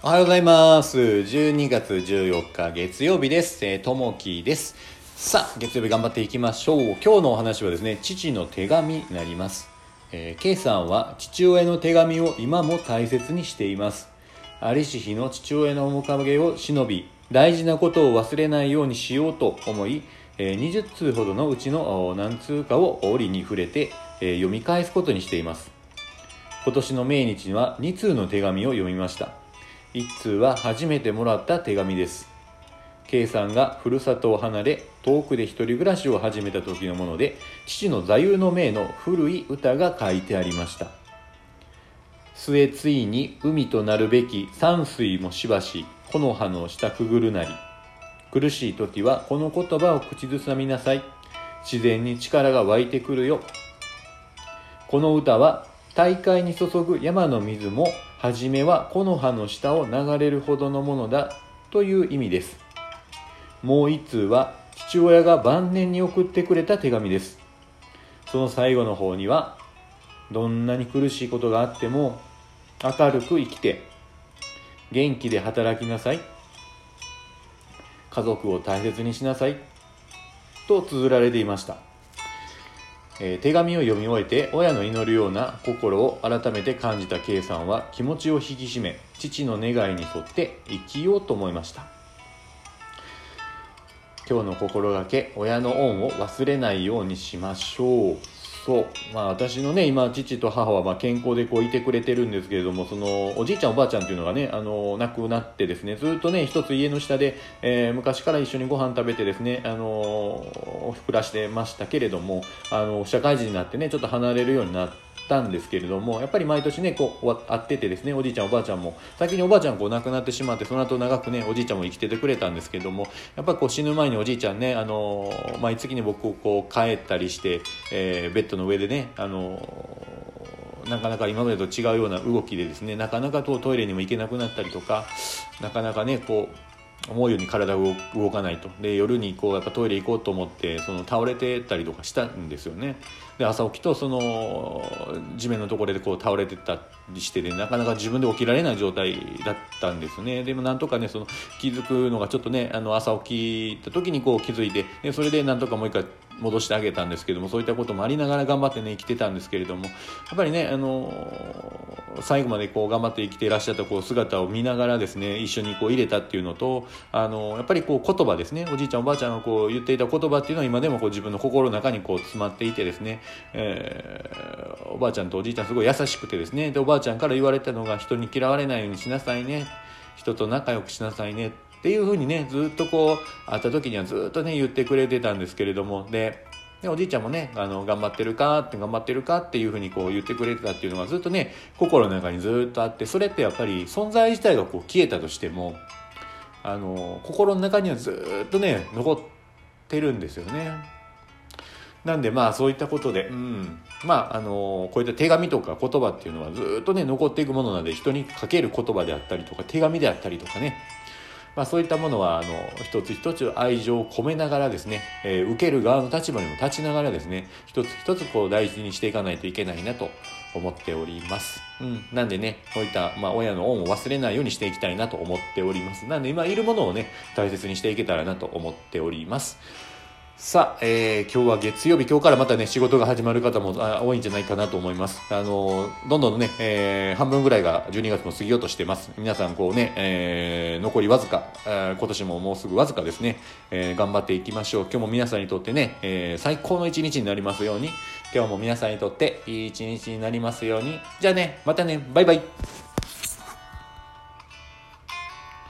おはようございます。12月14日月曜日です。ともきです。さあ、月曜日頑張っていきましょう。今日のお話はですね、父の手紙になります。K さんは父親の手紙を今も大切にしています。ありし日の父親の面影を忍び、大事なことを忘れないようにしようと思い、20通ほどのうちの何通かを折に触れて、読み返すことにしています。今年の命日には2通の手紙を読みました。1通は初めてもらった手紙です。K さんがふるさとを離れ遠くで一人暮らしを始めた時のもので、父の座右の銘の古い歌が書いてありました。末ついに海となるべき山水もしばし木の葉の下くぐるなり、苦しい時はこの言葉を口ずさみなさい。自然に力が湧いてくるよ。この歌は大海に注ぐ山の水もはじめは木の葉の下を流れるほどのものだという意味です。もう一通は父親が晩年に送ってくれた手紙です。その最後の方には、どんなに苦しいことがあっても明るく生きて元気で働きなさい。家族を大切にしなさいと綴られていました。手紙を読み終えて親の祈るような心を改めて感じた K さんは気持ちを引き締め、父の願いに沿って生きようと思いました。今日の心がけ、親の恩を忘れないようにしましょう。そう、私のね、今父と母は健康でいてくれてるんですけれども、そのおじいちゃんおばあちゃんっていうのがね、亡くなってですね、ずっとね一つ家の下で、昔から一緒にご飯食べてですね、暮らしてましたけれども、社会人になってねちょっと離れるようになったんですけれども、やっぱり毎年ね会っててですね、おじいちゃんおばあちゃんも先におばあちゃん亡くなってしまって、その後長くねおじいちゃんも生きててくれたんですけれども、やっぱり死ぬ前におじいちゃんね、毎月に僕を帰ったりして、ベッドの上でね、なかなか今までと違うような動きでですね、なかなかトイレにも行けなくなったりとか、なかなかね思うように体が動かないと。で夜にやっぱトイレ行こうと思って倒れてたりとかしたんですよね。で朝起きと地面のところで倒れてたりしてなかなか自分で起きられない状態だったんですね。でもなんとかね気づくのがちょっとね、朝起きた時に気づいて、でそれでなんとかもう一回戻してあげたんですけども、そういったこともありながら頑張ってね生きてたんですけれども、やっぱりね最後まで頑張って生きていらっしゃった姿を見ながらですね、一緒に入れたっていうのと、やっぱり言葉ですね、おじいちゃんおばあちゃんが言っていた言葉っていうのは今でも自分の心の中に詰まっていてですね、おばあちゃんとおじいちゃんすごい優しくてですね、でおばあちゃんから言われたのが、人に嫌われないようにしなさいね、人と仲良くしなさいねっていう風にね、ずっと会った時にはずっとね言ってくれてたんですけれども、でおじいちゃんもね頑張ってるかっていう風に言ってくれてたっていうのがずっとね心の中にずっとあって、それってやっぱり存在自体が消えたとしても心の中にはずっとね残ってるんですよね。なんでそういったことで、こういった手紙とか言葉っていうのはずっとね残っていくものなので、人にかける言葉であったりとか手紙であったりとかね、そういったものは一つ一つ愛情を込めながらですね、受ける側の立場にも立ちながらですね、一つ一つ大事にしていかないといけないなと思っております。なんでね、こういった、親の恩を忘れないようにしていきたいなと思っております。なんで今いるものをね大切にしていけたらなと思っております。さあ、今日は月曜日、今日からまたね仕事が始まる方も多いんじゃないかなと思います。どんどんね、半分ぐらいが12月も過ぎようとしてます。皆さん残りわずか、今年ももうすぐわずかですね、頑張っていきましょう。今日も皆さんにとってね、最高の一日になりますように。今日も皆さんにとっていい一日になりますように。じゃあね、またね、バイバイ。